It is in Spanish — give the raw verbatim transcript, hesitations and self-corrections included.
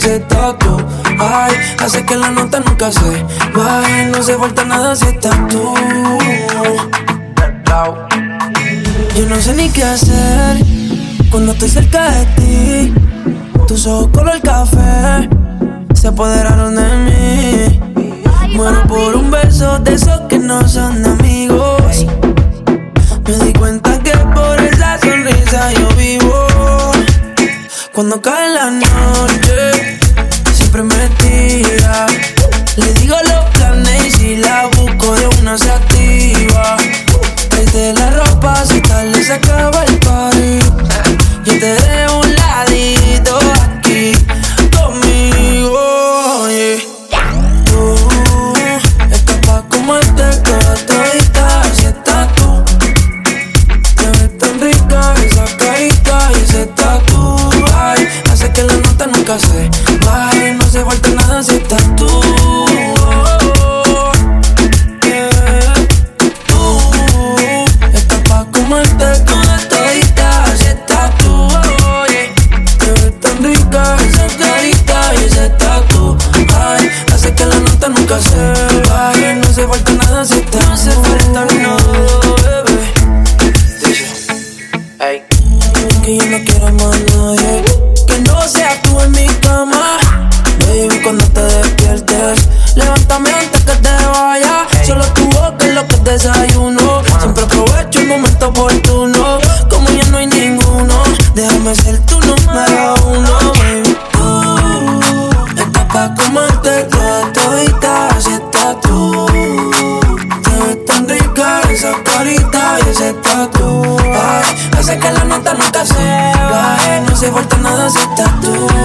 ese tatu. Ay, hace que la nota nunca se baje. No hace falta nada si estás tú. Yo no sé ni qué hacer cuando estoy cerca de ti. Tus ojos color café se apoderaron de mí. Muero por un beso de esos que no son amigos. Me di cuenta que por esa sonrisa yo vivo. Cuando cae la noche siempre me tira. Le digo los planes y si la busco de una se activa. Tráete la ropa si tal se acaba el party. Yo te dejo un ladito aquí conmigo, yeah. Tú estás pa' comerte toda todita. Si estás tú, te ves tan rica esa carita y ese tatu. Ay, hace que la nota nunca se baje. No hace falta nada si estás tú. Nunca se baje, no hace falta nada si te no hace falta nada, bebé. Dice, ey, que yo no quiero más nadie que no sea tú en mi cama. Baby, cuando te despiertes, levántame antes que te vaya. Solo tu boca es lo que desayuno. Siempre aprovecho el momento oportuno. Como ya no hay ninguno, déjame ser tu número uno, baby. Tú estás pa' comerte toda todita. Si estás tú, te ves tan rica esa carita y ese tatu. Ay, hace que la nota nunca se baje. No hace falta nada si estás tú.